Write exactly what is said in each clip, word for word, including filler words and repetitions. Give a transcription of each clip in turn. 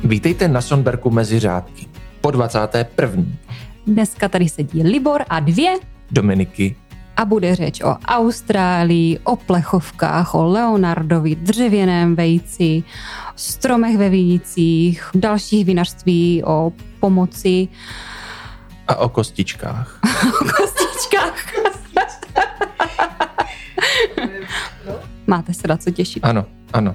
Vítejte na Sonberku mezi řádky. Po dvacáté první. Dneska tady sedí Libor a dvě Dominiky. A bude řeč o Austrálii, o plechovkách, o Leonardovi, dřevěném vejci, stromech ve vinicích, dalších vinařství, o pomoci. A o kostičkách. O kostičkách. Máte se na co těšit. Ano, ano.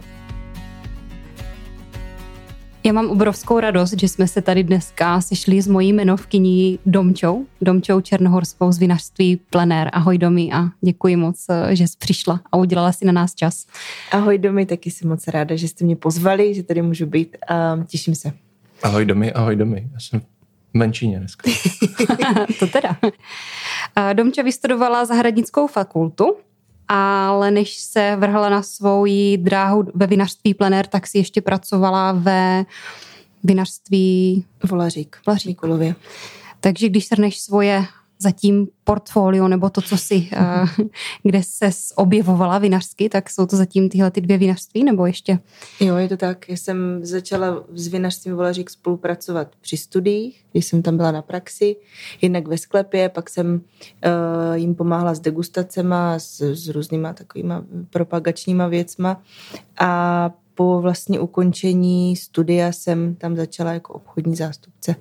Já mám obrovskou radost, že jsme se tady dneska sešli s mojí jmenovkyní Domčou, Domčou Černohorskou z vinařství Plenér. Ahoj Domi a děkuji moc, že jsi přišla a udělala si na nás čas. Ahoj Domi, taky jsem moc ráda, že jste mě pozvali, že tady můžu být a těším se. Ahoj Domi, ahoj Domi. Já jsem v menšině dneska. To teda. Domča vystudovala zahradnickou fakultu, ale než se vrhla na svou dráhu ve vinařství Plenér, tak si ještě pracovala ve vinařství Volařík, Volařík. Mikulově. Takže když shrneš svoje zatím portfolio nebo to, co si, kde ses objevovala vinařsky, tak jsou to zatím tyhle ty dvě vinařství nebo ještě? Jo, je to tak. Já jsem začala s vinařstvím Volařík spolupracovat při studiích, když jsem tam byla na praxi, jednak ve sklepě, pak jsem uh, jim pomáhala s degustacema, s, s různýma takovýma propagačníma věcma a po vlastně ukončení studia jsem tam začala jako obchodní zástupce.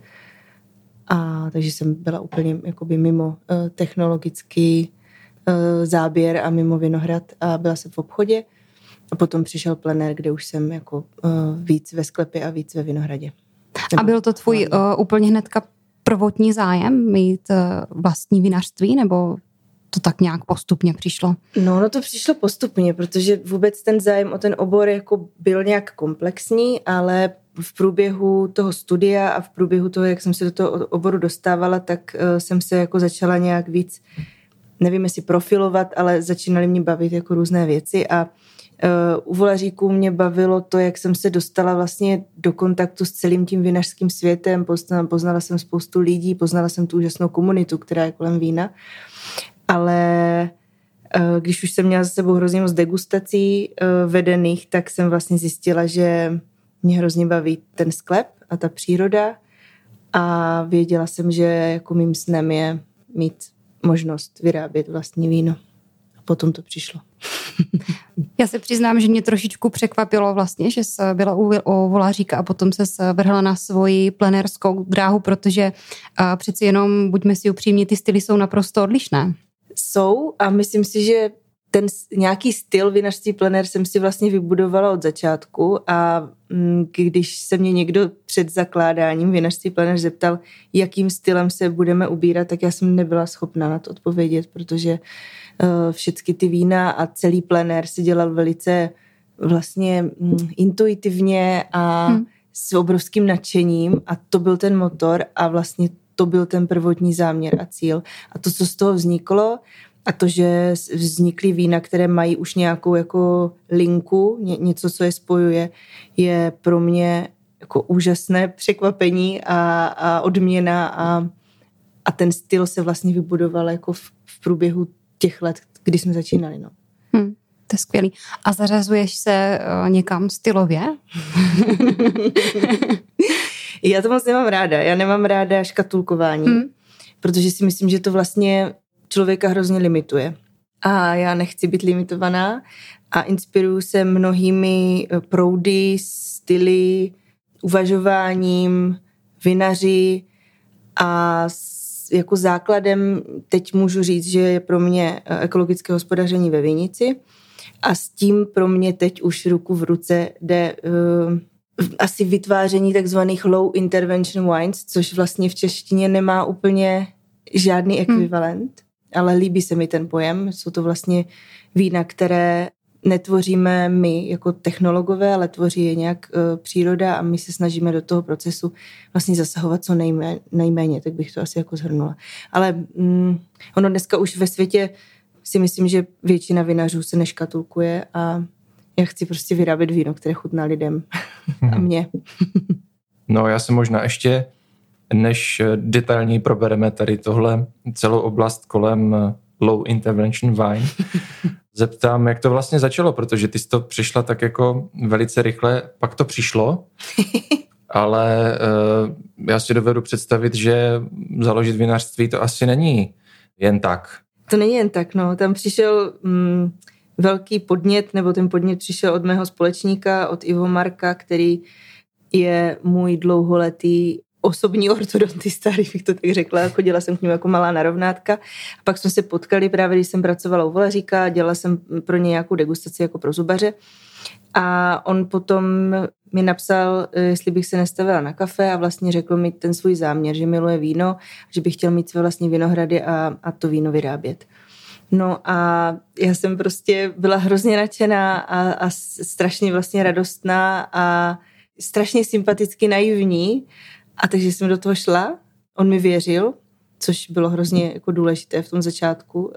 A takže jsem byla úplně jakoby mimo uh, technologický uh, záběr a mimo vinohrad a byla jsem v obchodě a potom přišel Plenér, kde už jsem jako uh, víc ve sklepě a víc ve vinohradě. Nebo a byl to tvůj uh, úplně hnedka prvotní zájem mít uh, vlastní vinařství nebo to tak nějak postupně přišlo? No, no to přišlo postupně, protože vůbec ten zájem o ten obor jako byl nějak komplexní, ale v průběhu toho studia a v průběhu toho, jak jsem se do toho oboru dostávala, tak uh, jsem se jako začala nějak víc, nevím jestli profilovat, ale začínaly mě bavit jako různé věci a uh, u Volaříků mě bavilo to, jak jsem se dostala vlastně do kontaktu s celým tím vinařským světem, poznala, poznala jsem spoustu lidí, poznala jsem tu úžasnou komunitu, která je kolem vína, ale uh, když už jsem měla za sebou hrozně moc degustací uh, vedených, tak jsem vlastně zjistila, že mě hrozně baví ten sklep a ta příroda a věděla jsem, že jako mým snem je mít možnost vyrábět vlastní víno. A potom to přišlo. Já se přiznám, že mě trošičku překvapilo vlastně, že jsi byla u, u Volaříka a potom se vrhla na svoji plenérskou dráhu, protože uh, přeci jenom, buďme si upřímní, ty styly jsou naprosto odlišné. Jsou a myslím si, že ten nějaký styl vinařství Plenér jsem si vlastně vybudovala od začátku a když se mě někdo před zakládáním vinařství Plenér zeptal, jakým stylem se budeme ubírat, tak já jsem nebyla schopná na to odpovědět, protože uh, všechny ty vína a celý Plenér se dělal velice vlastně um, intuitivně a hmm. s obrovským nadšením a to byl ten motor a vlastně to byl ten prvotní záměr a cíl. A to, co z toho vzniklo, a to, že vznikly vína, které mají už nějakou jako linku, ně, něco, co je spojuje, je pro mě jako úžasné překvapení a, a odměna a, a ten styl se vlastně vybudoval jako v, v průběhu těch let, kdy jsme začínali. No. Hmm, to je skvělý. A zařazuješ se uh, někam stylově? Já to moc nemám ráda. Já nemám ráda škatulkování, hmm. protože si myslím, že to vlastně člověka hrozně limituje. A já nechci být limitovaná a inspiruju se mnohými proudy, styly, uvažováním, vinaři a jako základem teď můžu říct, že je pro mě ekologické hospodaření ve vinici a s tím pro mě teď už ruku v ruce jde uh, asi vytváření takzvaných low intervention wines, což vlastně v češtině nemá úplně žádný ekvivalent. Hmm. Ale líbí se mi ten pojem. Jsou to vlastně vína, které netvoříme my jako technologové, ale tvoří je nějak uh, příroda a my se snažíme do toho procesu vlastně zasahovat co nejméně, nejméně, tak bych to asi jako shrnula. Ale mm, ono dneska už ve světě si myslím, že většina vinařů se neškatulkuje a já chci prostě vyrábět víno, které chutná lidem a mně. No já se možná ještě než detailněji probereme tady tohle celou oblast kolem low intervention wine, zeptám, jak to vlastně začalo, protože ty jsi to přišla tak jako velice rychle, pak to přišlo ale uh, já si dovedu představit, že založit vinařství to asi není jen tak. To není jen tak, no. Tam přišel mm, velký podnět, nebo ten podnět přišel od mého společníka, od Ivo Marka, který je můj dlouholetý osobní ortodontista, bych to tak řekla. Chodila jsem k němu jako malá narovnátka. A pak jsme se potkali právě, když jsem pracovala u Volaříka, dělala jsem pro ně nějakou degustaci jako pro zubaře. A on potom mi napsal, jestli bych se nestavila na kafe a vlastně řekl mi ten svůj záměr, že miluje víno, že bych chtěl mít své vlastní vinohrady a, a to víno vyrábět. No a já jsem prostě byla hrozně nadšená a, a strašně vlastně radostná a strašně sympaticky naivní. A takže jsem do toho šla, on mi věřil, což bylo hrozně jako důležité v tom začátku.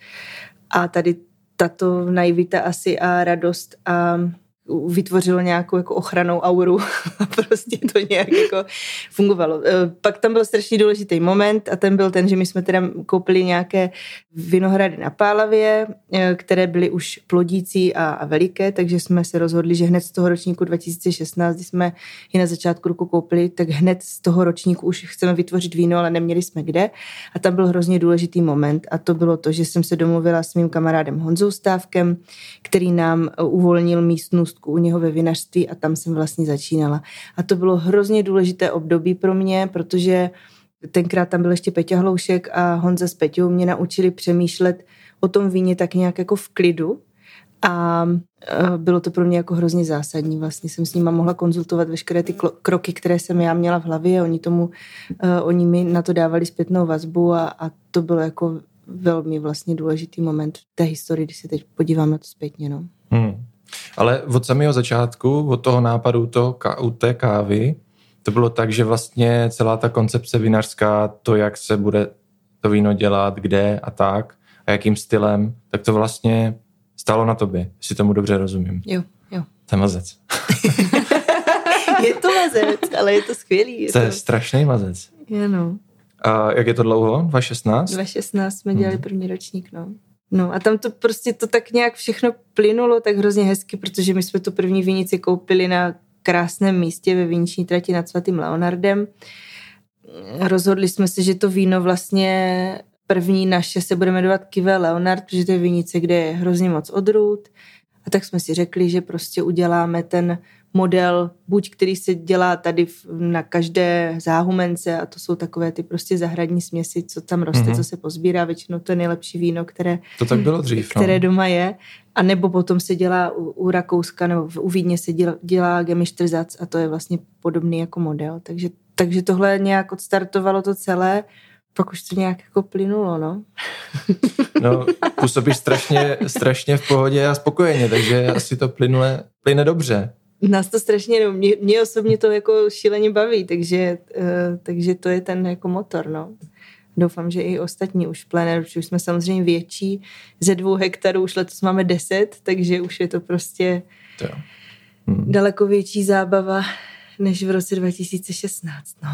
A tady tato naivita asi a radost a vytvořilo nějakou jako ochrannou auru a prostě to nějak jako fungovalo. Pak tam byl strašně důležitý moment a ten byl ten, že my jsme teda koupili nějaké vinohrady na Pálavě, které byly už plodící a, a veliké, takže jsme se rozhodli, že hned z toho ročníku dva tisíce šestnáct, kdy jsme ji na začátku roku koupili, tak hned z toho ročníku už chceme vytvořit víno, ale neměli jsme kde. A tam byl hrozně důležitý moment a to bylo to, že jsem se domluvila s mým kamarádem Honzou Stávkem, který nám uvolnil místnost u něho ve vinařství a tam jsem vlastně začínala. A to bylo hrozně důležité období pro mě, protože tenkrát tam byl ještě Peťa Hloušek a Honza s Peťou mě naučili přemýšlet o tom víně tak nějak jako v klidu a bylo to pro mě jako hrozně zásadní. Vlastně jsem s nima mohla konzultovat veškeré ty kroky, které jsem já měla v hlavě. Oni tomu, oni mi na to dávali zpětnou vazbu a, a to bylo jako velmi vlastně důležitý moment v té historii, když se teď podívám na to zpětně. No. Hmm. Ale od samého začátku, od toho nápadu toho, u té kávy, to bylo tak, že vlastně celá ta koncepce vinařská, to, jak se bude to víno dělat, kde a tak, a jakým stylem, tak to vlastně stálo na tobě, jestli tomu dobře rozumím. Jo, jo. To je mazec. Je to mazec, ale je to skvělý. Je to je to... strašný mazec. Je, no. A jak je to dlouho? dva tisíce šestnáct? dva tisíce šestnáct jsme dělali hmm. první ročník, no. No a tam to prostě to tak nějak všechno plynulo tak hrozně hezky, protože my jsme tu první vinici koupili na krásném místě ve viniční trati nad svatým Leonardem. Rozhodli jsme se, že to víno vlastně první naše se bude jmenovat Cuvée Leonard, protože to je vinice, kde je hrozně moc odrůd. A tak jsme si řekli, že prostě uděláme ten model, buď který se dělá tady na každé záhumence a to jsou takové ty prostě zahradní směsi, co tam roste, mm-hmm. co se pozbírá, většinou to je nejlepší víno, které, to tak bylo dřív, které no. doma je. A nebo potom se dělá u, u Rakouska nebo u Vídně se dělá, dělá Gemištrzac a to je vlastně podobný jako model. Takže, takže tohle nějak odstartovalo to celé, pak už to nějak jako plynulo, no. No, působíš strašně, strašně v pohodě a spokojeně, takže asi to plynule, plyne dobře. Nás to strašně, no, mě, mě osobně to jako šíleně baví, takže, uh, takže to je ten jako motor, no. Doufám, že i ostatní už v plenéru, už jsme samozřejmě větší, ze dvou hektarů už letos máme deset, takže už je to prostě hmm. daleko větší zábava než v roce dva tisíce šestnáct, no.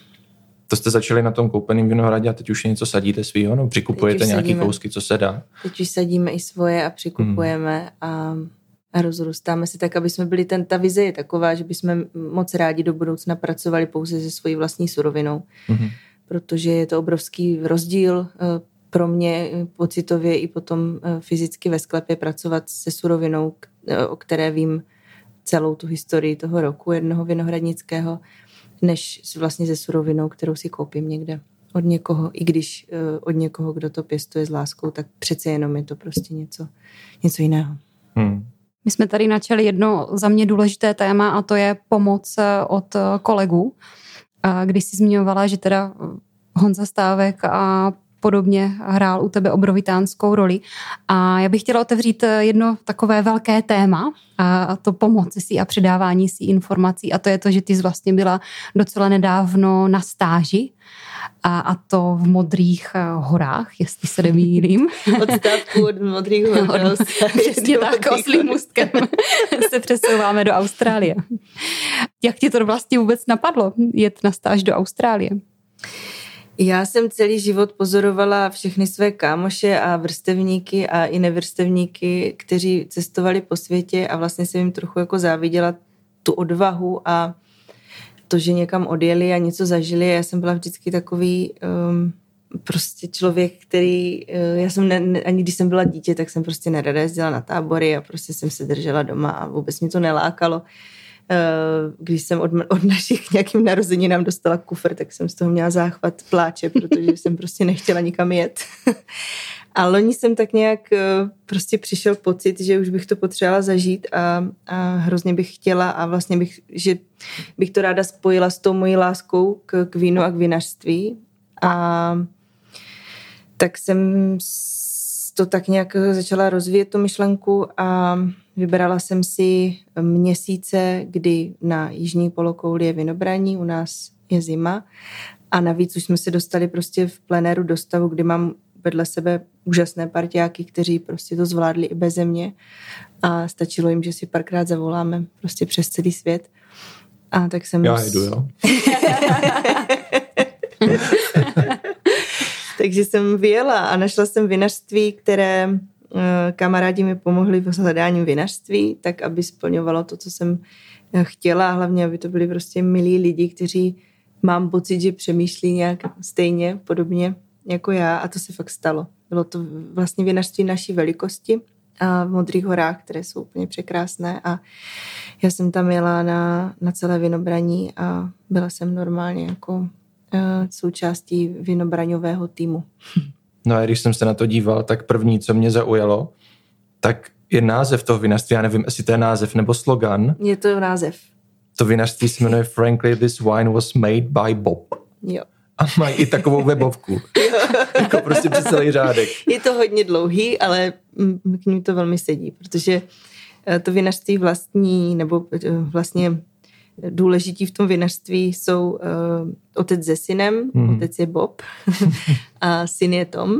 To jste začali na tom koupeným vinohradě a teď už něco sadíte svýho, no přikupujete nějaký sadíme, kousky, co se dá? Teď už sadíme i svoje a přikupujeme hmm. a, a rozrůstáme se tak, aby jsme byli, ten, ta vize je taková, že bychom moc rádi do budoucna pracovali pouze se svojí vlastní surovinou, hmm. protože je to obrovský rozdíl pro mě pocitově i potom fyzicky ve sklepě pracovat se surovinou, o které vím celou tu historii toho roku jednoho vinohradnického, než vlastně se surovinou, kterou si koupím někde od někoho, i když uh, od někoho, kdo to pěstuje s láskou, tak přece jenom je to prostě něco, něco jiného. Hmm. My jsme tady načali jedno za mě důležité téma a to je pomoc od kolegů. Když jsi zmiňovala, že teda Honza Stávek a podobně hrál u tebe obrovitánskou roli. A já bych chtěla otevřít jedno takové velké téma, a to pomoci si a předávání si informací. A to je to, že ty jsi vlastně byla docela nedávno na stáži, a, a to v Modrých horách, jestli se nemýlím. Od stávku od Modrých hor. Přesně tak, oslým můstkem se přesouváme do Austrálie. Jak ti to vlastně vůbec napadlo, jet na stáž do Austrálie? Já jsem celý život pozorovala všechny své kámoše a vrstevníky a i nevrstevníky, kteří cestovali po světě a vlastně jsem jim trochu jako záviděla tu odvahu a to, že někam odjeli a něco zažili. Já jsem byla vždycky takový um, prostě člověk, který, uh, já jsem ne, ne, ani když jsem byla dítě, tak jsem prostě nerada jezdila na tábory a prostě jsem se držela doma a vůbec mě to nelákalo. Uh, když jsem od, od našich k nějakým narozeninám dostala kufr, tak jsem z toho měla záchvat pláče, protože jsem prostě nechtěla nikam jet. A loni jsem tak nějak uh, prostě přišel pocit, že už bych to potřebovala zažít a, a hrozně bych chtěla a vlastně bych, že bych to ráda spojila s tou mojí láskou k, k vínu a k vinařství. A tak jsem to tak nějak začala rozvíjet tu myšlenku a vybrala jsem si měsíce, kdy na jižní polokouli je vinobraní, u nás je zima a navíc už jsme se dostali prostě v plenéru do stavu, kdy mám vedle sebe úžasné parťáky, kteří prostě to zvládli i beze mě a stačilo jim, že si párkrát zavoláme prostě přes celý svět. A tak jsem... Já jdu, jo. Takže jsem vyjela a našla jsem vinařství, které kamarádi mi pomohli v hledání vinařství, tak aby splňovalo to, co jsem chtěla a hlavně, aby to byli prostě milí lidi, kteří mám pocit, že přemýšlí nějak stejně, podobně jako já a to se fakt stalo. Bylo to vlastně vinařství naší velikosti a v Modrých horách, které jsou úplně překrásné a já jsem tam jela na, na celé vinobraní a byla jsem normálně jako uh, součástí vinobraňového týmu. No a když jsem se na to díval, tak první, co mě zaujalo, tak je název toho vinařství, já nevím, jestli to je název nebo slogan. Je to název. To vinařství se jmenuje Frankly, this wine was made by Bob. Jo. A mají i takovou webovku. Jako prostě přes celý řádek. Je to hodně dlouhý, ale k ní to velmi sedí, protože to vinařství vlastní, nebo vlastně důležití v tom vinařství jsou uh, otec se synem, mm. otec je Bob a syn je Tom.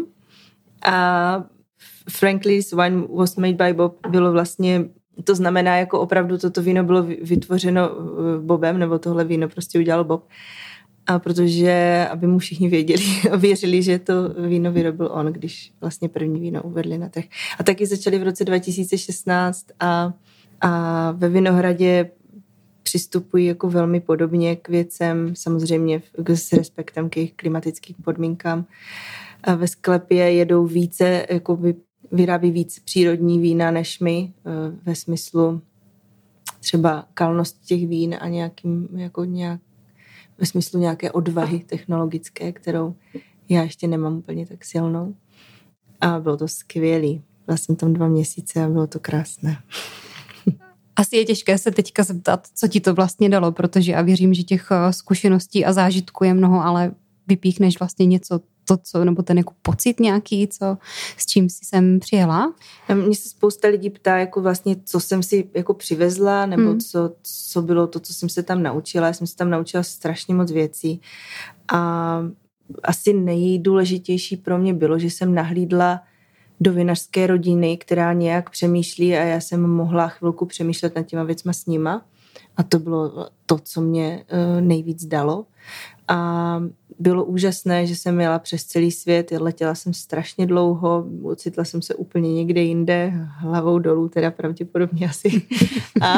A Frankly's wine was made by Bob bylo vlastně, to znamená, jako opravdu toto víno bylo vytvořeno Bobem, nebo tohle víno prostě udělal Bob. A protože, aby mu všichni věděli a věřili, že to víno vyrobil on, když vlastně první víno uvedli na trh. A taky začali v roce dva tisíce šestnáct a, a ve Vinohradě přistupují jako velmi podobně k věcem, samozřejmě s respektem k jejich klimatickým podmínkám. A ve sklepě jedou více, jakoby vyrábí víc přírodní vína než my, ve smyslu třeba kalnosti těch vín a nějakým, jako nějak, ve smyslu nějaké odvahy technologické, kterou já ještě nemám úplně tak silnou. A bylo to skvělý. Byla jsem tam dva měsíce a bylo to krásné. Asi je těžké se teďka zeptat, co ti to vlastně dalo, protože já věřím, že těch zkušeností a zážitků je mnoho, ale vypíchneš vlastně něco, to, co, nebo ten jako pocit nějaký, co, s čím jsi sem přijela? Mně se spousta lidí ptá, jako vlastně, co jsem si jako přivezla, nebo hmm. co, co bylo to, co jsem se tam naučila. Já jsem se tam naučila strašně moc věcí a asi nejdůležitější pro mě bylo, že jsem nahlídla do vinařské rodiny, která nějak přemýšlí a já jsem mohla chvilku přemýšlet nad těma věcma s nima a to bylo to, co mě uh, nejvíc dalo. A bylo úžasné, že jsem jela přes celý svět, letěla jsem strašně dlouho, ocitla jsem se úplně někde jinde, hlavou dolů teda pravděpodobně asi. A,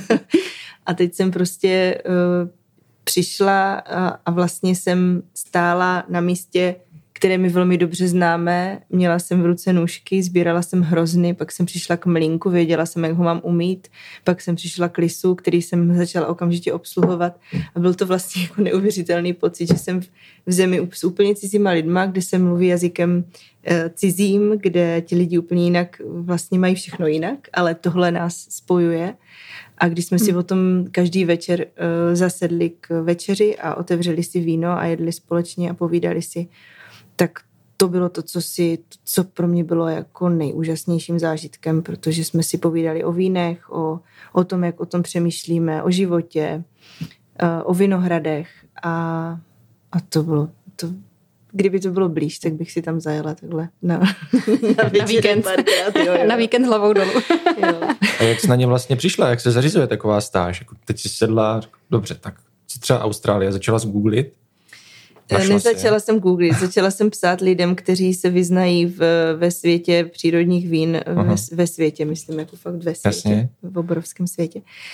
a teď jsem prostě uh, přišla a, a vlastně jsem stála na místě, které mi velmi dobře známe. Měla jsem v ruce nůžky, sbírala jsem hrozny, pak jsem přišla k mlýnku, věděla jsem, jak ho mám umýt, pak jsem přišla k lisu, který jsem začala okamžitě obsluhovat a byl to vlastně jako neuvěřitelný pocit, že jsem v zemi s úplně cizíma lidma, kde se mluví jazykem cizím, kde ti lidi úplně jinak vlastně mají všechno jinak, ale tohle nás spojuje. A když jsme si o tom každý večer uh, zasedli k večeři a otevřeli si víno a jedli společně a povídali si, tak to bylo to, co, si, co pro mě bylo jako nejúžasnějším zážitkem, protože jsme si povídali o vínech, o, o tom, jak o tom přemýšlíme, o životě, o vinohradech a, a to bylo, to, kdyby to bylo blíž, tak bych si tam zajela takhle na, na, na víkend. Párkrát, jo, jo. Na víkend hlavou dolů. Jo. A jak jsi na ně vlastně přišla? Jak se zařizuje taková stáž? Teď jsi sedla, dobře, tak co třeba Austrálie? Začala jsi googlit? Našla Nezačala jsem googlit, začala jsem psát lidem, kteří se vyznají v, ve světě přírodních vín, ve, ve světě, myslím, jako fakt ve světě, Jasně. v obrovském světě.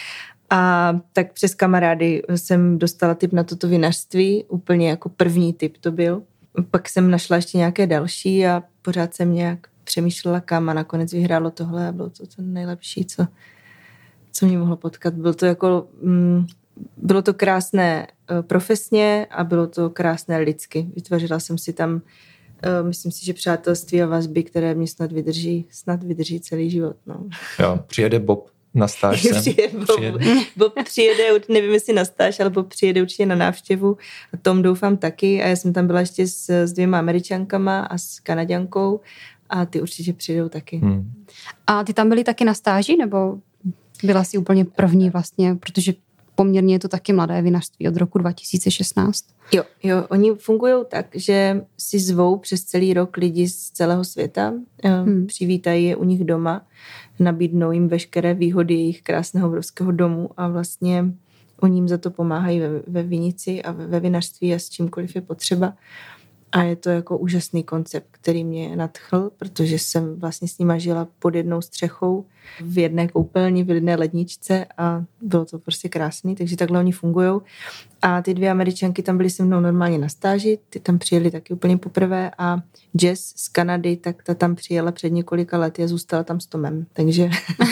A tak přes kamarády jsem dostala tip na toto vinařství, úplně jako první tip to byl. Pak jsem našla ještě nějaké další a pořád jsem nějak přemýšlela kam a nakonec vyhrálo tohle a bylo to to nejlepší, co, co mě mohlo potkat. Bylo to jako, mm, bylo to krásné profesně a bylo to krásné lidsky. Vytvořila jsem si tam, uh, myslím si, že přátelství a vazby, které mě snad vydrží, snad vydrží celý život. No. Jo, přijede Bob na stáž sem. Přijede Bob, přijede. Bob přijede, nevím jestli na stáž, ale Bob přijede určitě na návštěvu a Tom doufám taky a já jsem tam byla ještě s, s dvěma Američankama a s Kanaďankou a ty určitě přijdou taky. Hmm. A ty tam byly taky na stáži, nebo byla jsi úplně první vlastně, protože poměrně je to taky mladé vinařství od roku dva tisíce šestnáct. Jo, jo, oni fungují tak, že si zvou přes celý rok lidi z celého světa, hmm. přivítají je u nich doma, nabídnou jim veškeré výhody jejich krásného obrovského domu a vlastně oni jim za to pomáhají ve, ve vinici a ve, ve vinařství a s čímkoliv je potřeba. A je to jako úžasný koncept, který mě nadchl, protože jsem vlastně s nima žila pod jednou střechou v jedné koupelni, v jedné ledničce a bylo to prostě krásný, takže takhle oni fungujou. A ty dvě Američanky tam byly se mnou normálně na stáži, ty tam přijeli taky úplně poprvé a Jess z Kanady, tak ta tam přijela před několika lety a zůstala tam s Tomem, takže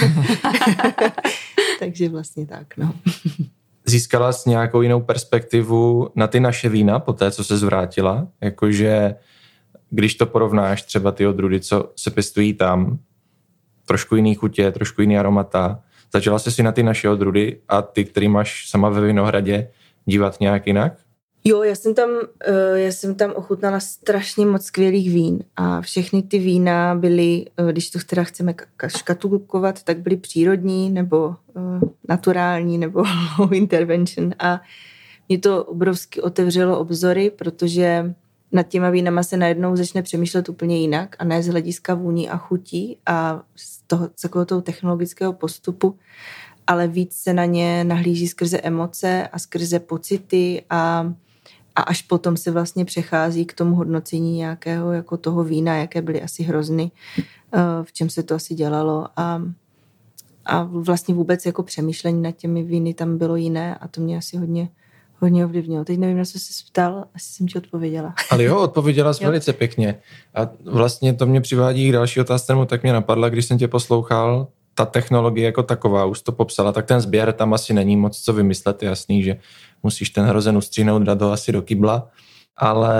takže vlastně tak, no. Získala jsi nějakou jinou perspektivu na ty naše vína po té, co se zvrátila? Jakože když to porovnáš třeba ty odrůdy, co se pěstují tam, trošku jiný chutě, trošku jiný aromata, začala jsi si na ty naše odrůdy a ty, který máš sama ve Vinohradě, dívat nějak jinak? Jo, já jsem tam, já jsem tam ochutnala strašně moc skvělých vín a všechny ty vína byly, když to teda chceme škatulkovat, tak byly přírodní nebo naturální nebo low intervention a mě to obrovsky otevřelo obzory, protože nad těma vínama se najednou začne přemýšlet úplně jinak a ne z hlediska vůní a chutí a z toho takového toho technologického postupu, ale víc se na ně nahlíží skrze emoce a skrze pocity a, a až potom se vlastně přechází k tomu hodnocení nějakého jako toho vína, jaké byly asi hrozny, v čem se to asi dělalo a, a vlastně vůbec jako přemýšlení nad těmi víny tam bylo jiné a to mě asi hodně hodně ovlivnilo. Teď nevím, na co jsi ptal, asi jsem ti odpověděla. Ale jo, odpověděla jsi velice pěkně. A vlastně to mě přivádí k další otázce, tak mě napadla, když jsem tě poslouchal, ta technologie jako taková, už to popsala, tak ten sběr tam asi není moc co vymyslet, je jasný, že musíš ten hrozen ustřínout, dát ho asi do kybla, ale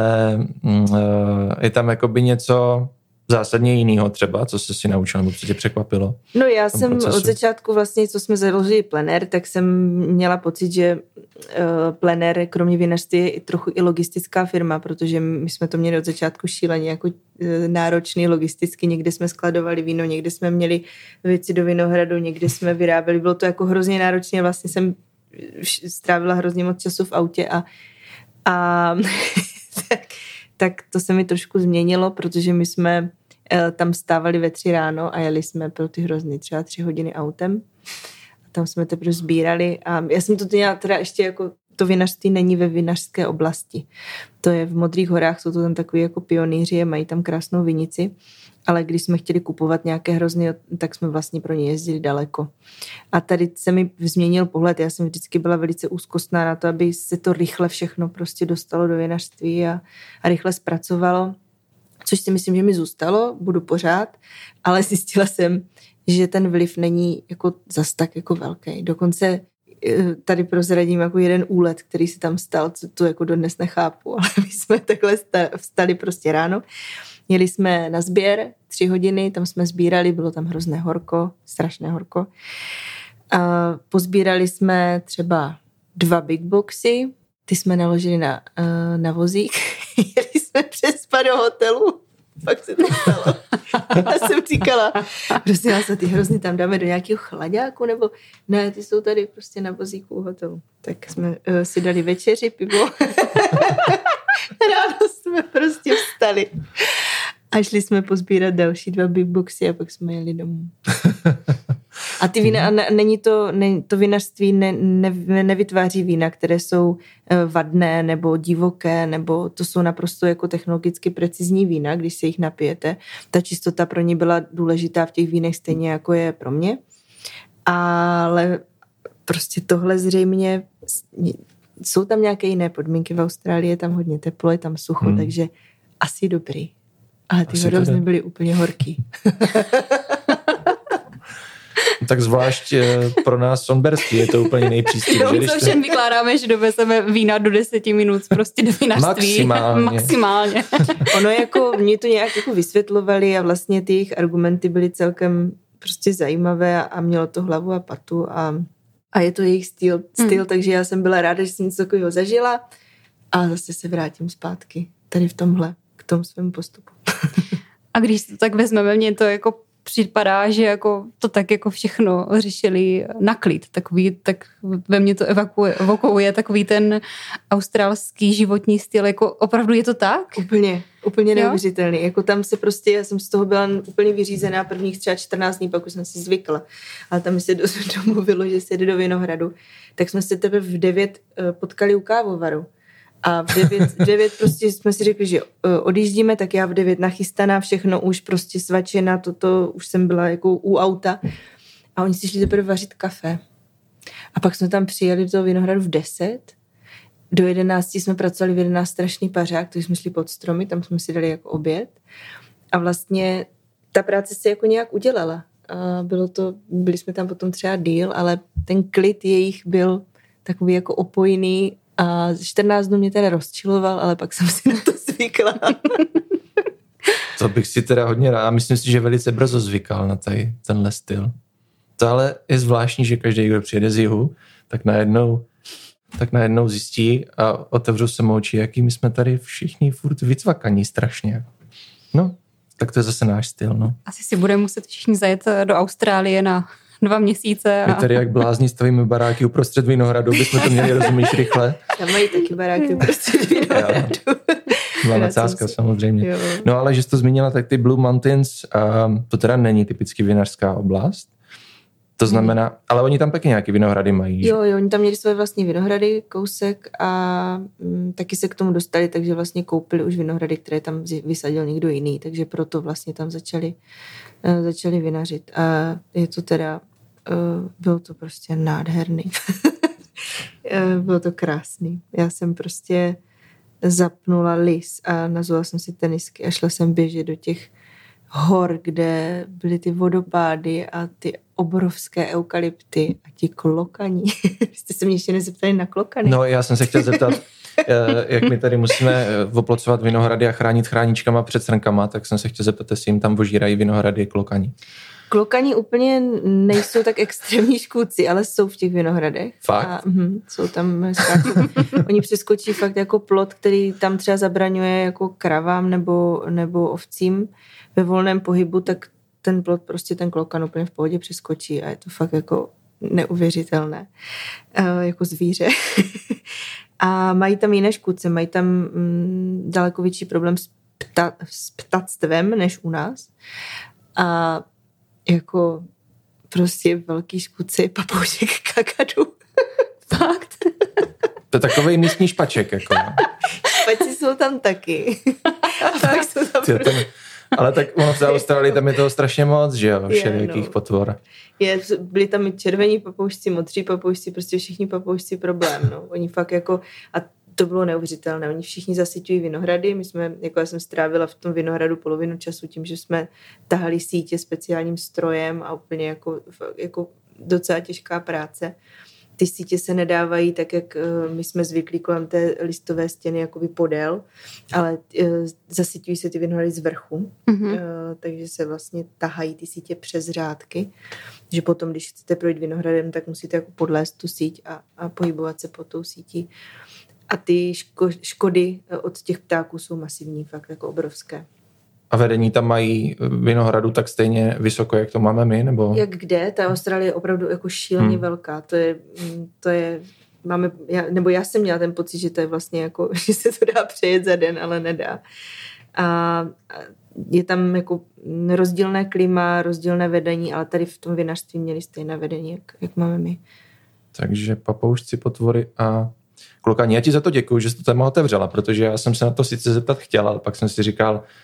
je tam jakoby něco zásadně jinýho třeba, co jsi si naučil, nebo co tě překvapilo? No já jsem procesu. Od začátku vlastně, co jsme založili Plenér, tak jsem měla pocit, že uh, Plenér kromě vinařství je i trochu i logistická firma, protože my jsme to měli od začátku šíleně jako uh, náročný logisticky, někde jsme skladovali víno, někde jsme měli věci do vinohradu, někde jsme vyráběli, bylo to jako hrozně náročné, vlastně jsem strávila hrozně moc času v autě a, a tak, tak to se mi trošku změnilo, protože my jsme tam stávali ve tři ráno a jeli jsme pro ty hrozný třeba tři hodiny autem. A tam jsme teprve sbírali a já jsem to měla teda ještě jako, to vinařství není ve vinařské oblasti. To je v Modrých horách, jsou to tam takový jako pionýři a mají tam krásnou vinici, ale když jsme chtěli kupovat nějaké hrozný, tak jsme vlastně pro ně jezdili daleko. A tady se mi změnil pohled, já jsem vždycky byla velice úzkostná na to, aby se to rychle všechno prostě dostalo do vinařství a, a rychle zpracovalo. Což si myslím, že mi zůstalo, budu pořád, ale zjistila jsem, že ten vliv není jako zas tak jako velký. Dokonce tady prozradím jako jeden úlet, který se tam stal, co to jako dodnes nechápu, ale my jsme takhle vstali prostě ráno, jeli jsme na sběr tři hodiny, tam jsme sbírali, bylo tam hrozné horko, strašné horko. A pozbírali jsme třeba dva big boxy, ty jsme naložili na, na vozík, jeli jsme přespat do hotelu, pak se to stalo. Já jsem říkala, prostě já se ty hrozně tam dáme do nějakého chlaďáku, nebo ne, ty jsou tady prostě na vozíku u hotelu. Tak jsme uh, si dali večeři, pivo. Ráno jsme prostě vstali. A šli jsme pozbírat další dva big boxy a pak jsme jeli domů. A ty vína, a není to, ne, to vinařství ne, ne, nevytváří vína, které jsou vadné nebo divoké, nebo to jsou naprosto jako technologicky precizní vína, když se jich napijete. Ta čistota pro ně byla důležitá v těch vínech stejně jako je pro mě. Ale prostě tohle zřejmě, jsou tam nějaké jiné podmínky, v Austrálii je tam hodně teplo, je tam sucho, hmm. takže asi dobrý. Ale ty hrozny byly úplně horký. Tak zvlášť pro nás sonberský je to úplně nejpřístější. No, co všem vykládáme, že dovezeme vína do deseti minut prostě do vinařství. Maximálně. Maximálně. Ono jako, mě to nějak jako vysvětlovali a vlastně ty jejich argumenty byly celkem prostě zajímavé a mělo to hlavu a patu a, a je to jejich styl, styl hmm. takže já jsem byla ráda, že jsem něco takového zažila a zase se vrátím zpátky tady v tomhle, k tomu svému postupu. A když to tak vezmeme, mě to jako připadá, že jako to tak jako všechno řešili na klid. Takový, tak ve mně to evakuje, evokuje takový ten australský životní styl. Jako opravdu je to tak? Úplně, úplně neuvěřitelný. Jako tam se prostě, já jsem z toho byla úplně vyřízená prvních třeba čtrnáct dní, pak už jsem si zvykla. Ale tam mi se domluvilo, že se jde do Vinohradu. Tak jsme se teprve v devět potkali u kávovaru. A v devět, v devět prostě jsme si řekli, že odjíždíme, tak já v devět nachystaná, všechno už prostě svačena, toto už jsem byla jako u auta. A oni si šli teprve vařit kafe. A pak jsme tam přijeli do toho Vinohradu v deset. Do jedenácti jsme pracovali v jedenáct strašný pařák, takže jsme šli pod stromy, tam jsme si dali jako oběd. A vlastně ta práce se jako nějak udělala. A bylo to, byli jsme tam potom třeba díl, ale ten klid jejich byl takový jako opojný. A čtrnáct dnů mě teda rozčiloval, ale pak jsem si na to zvykla. To bych si teda hodně rád. A myslím si, že velice brzo zvykal na tady, tenhle styl. To ale je zvláštní, že každý, kdo přijede z jihu, tak najednou, tak najednou zjistí a otevřou se mu oči, jaký my jsme tady všichni furt vycvakaní strašně. No, tak to je zase náš styl. No. Asi si budeme muset všichni zajet do Austrálie na dva měsíce. A... My tady jak blázni stavíme baráky uprostřed Vinohradu, bychom to měli, rozumíš, rychle. Tam mají taky baráky uprostřed Vinohradu. Byla nadsázka samozřejmě. Jo. No ale že jsi to zmínila, tak ty Blue Mountains, um, to teda není typicky vinařská oblast. To znamená, ale oni tam taky nějaký vinohrady mají. Jo, jo, oni tam měli svoje vlastní vinohrady, kousek a m, taky se k tomu dostali, takže vlastně koupili už vinohrady, které tam vysadil někdo jiný, takže proto vlastně tam začali, uh, začali vinařit. A je to teda, uh, bylo to prostě nádherný. uh, bylo to krásný. Já jsem prostě zapnula lis a nazvala jsem si tenisky a šla jsem běžet do těch hor, kde byly ty vodopády a ty obrovské eukalypty a ti klokani. Jste se mě ještě nezeptali na klokany. No, já jsem se chtěl zeptat, jak my tady musíme oplocovat vinohrady a chránit chráničkama před srnkama, tak jsem se chtěl zeptat, jestli jim tam ožírají vinohrady klokani. Klokani úplně nejsou tak extrémní škůdci, ale jsou v těch vinohradech. Fakt? A, mh, jsou tam skáčí. Oni přeskočí fakt jako plot, který tam třeba zabraňuje jako kravám nebo, nebo ovcím ve volném pohybu, tak ten plot prostě ten klokan úplně v pohodě přeskočí a je to fakt jako neuvěřitelné. E, jako zvíře. A mají tam jiné škůdce, mají tam mm, daleko větší problém s, pta, s ptactvem než u nás. A jako prostě velký škůdce je papoušek kakadu. Fakt. To je takovej místní špaček, jako. Špači jsou tam taky. A pak jsou tam... Ty, ten, ale tak ono v té Austrálii tam je toho strašně moc, že jo, všelijakých no. potvor. Je, byli tam i červení papoušci, modří papoušci, prostě všichni papoušci problém, no. Oni fakt jako, a to bylo neuvěřitelné, oni všichni zasyťují vinohrady, my jsme, jako já jsem strávila v tom vinohradu polovinu času tím, že jsme tahali sítě speciálním strojem a úplně jako, jako docela těžká práce. Ty sítě se nedávají tak, jak my jsme zvyklí kolem té listové stěny jakoby podél, ale zasyťují se ty vinohrady z vrchu, mm-hmm. takže se vlastně tahají ty sítě přes řádky, že potom, když chcete projít vinohradem, tak musíte jako podlézt tu síť a, a pohybovat se po tou sítí. A ty ško- škody od těch ptáků jsou masivní, fakt jako obrovské. A vedení tam mají vinohradu tak stejně vysoko, jak to máme my, nebo? Jak kde? Ta Austrálie je opravdu jako šíleně hmm. velká. To je, to je, máme, já, nebo já jsem měla ten pocit, že to je vlastně jako, že se to dá přejet za den, ale nedá. A je tam jako rozdílné klima, rozdílné vedení, ale tady v tom vinařství měli stejné vedení, jak, jak máme my. Takže papoušci, potvory a klokani. Já ti za to děkuju, že jsi to téma otevřela, protože já jsem se na to sice zeptat chtěla, ale pak jsem si říkal,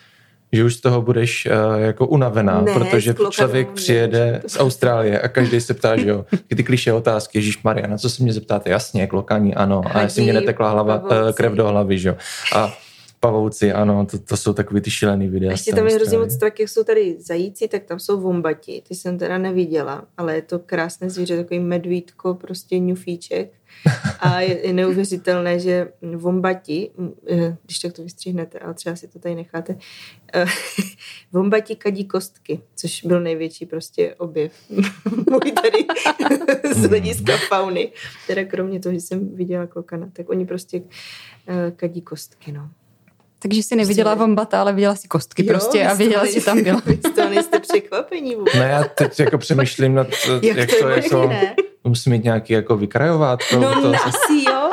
že už z toho budeš uh, jako unavená, ne, protože člověk přijede ne, z Austrálie a každý se ptá, že jo, ty klišé otázky, ježišmarja, na co se mě zeptáte, jasně, klokání, ano, a jestli mě netekla hlava, uh, krev do hlavy, že jo. A pavouci, ano, to, to jsou takový ty šílený videa. Ještě tam je hrozně moc tak, jak jsou tady zajíci, tak tam jsou vombati, ty jsem teda neviděla, ale je to krásné zvíře, takový medvídko, prostě ňufíček a je, je neuvěřitelné, že vombati, když tak to vystříhnete, ale třeba si to tady necháte, vombati kadí kostky, což byl největší prostě objev můj tady z hlediska fauny, teda kromě toho, že jsem viděla klokana, tak oni prostě kadí kostky, no. Takže jsi neviděla vombata, ale viděla si kostky jo, prostě a věděla, že tam byla. Vy z toho nejste překvapení vůbec. Ne, já teď jako přemýšlím nad, jak, jak to, jak to, musím mít nějaký jako vykrajovátko. No to asi jo.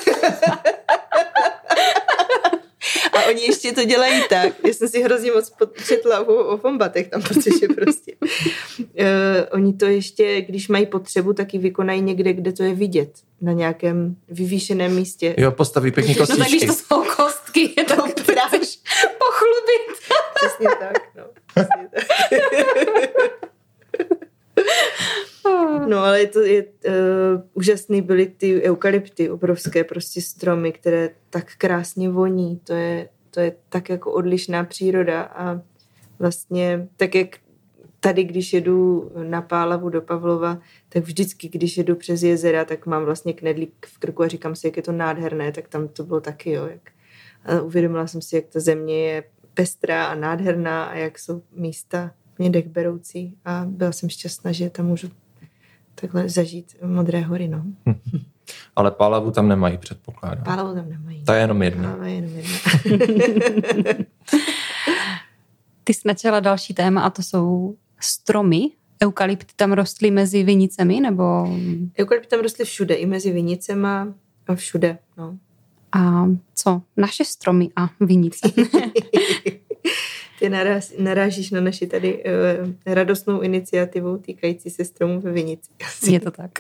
A oni ještě to dělají tak. Já jsem si hrozně moc početla o, o vombatech tam, protože prostě uh, oni to ještě, když mají potřebu, tak ji vykonají někde, kde to je vidět. Na nějakém vyvýšeném místě. Jo, postaví pěkný kostičky. No tak když to jsou kostky, je to chceš pochlubit. Přesně tak, no. Přesně tak. No, ale je to je, uh, úžasný byly ty eukalypty, obrovské prostě stromy, které tak krásně voní. To je, to je tak jako odlišná příroda a vlastně tak, jak tady, když jedu na Pálavu do Pavlova, tak vždycky, když jedu přes jezera, tak mám vlastně knedlík v krku a říkám si, jak je to nádherné, tak tam to bylo taky, jo. Jak, a uvědomila jsem si, jak ta země je pestrá a nádherná a jak jsou místa mě dechberoucí a byla jsem šťastná, že tam můžu takhle zažít Modré hory, no. Ale Pálavu tam nemají, předpokládám. Pálavu tam nemají. Ta je jenom jedna. Ta je jenom jedna. Ty jsi načala další téma a to jsou stromy. Eukalypty tam rostly mezi vinicemi, nebo? Eukalypty tam rostly všude, i mezi vinicema a všude, no. A co? Naše stromy a vinice. Ty naráž, narážíš na naši tady uh, radostnou iniciativu týkající se stromů ve Vinici. Je to tak.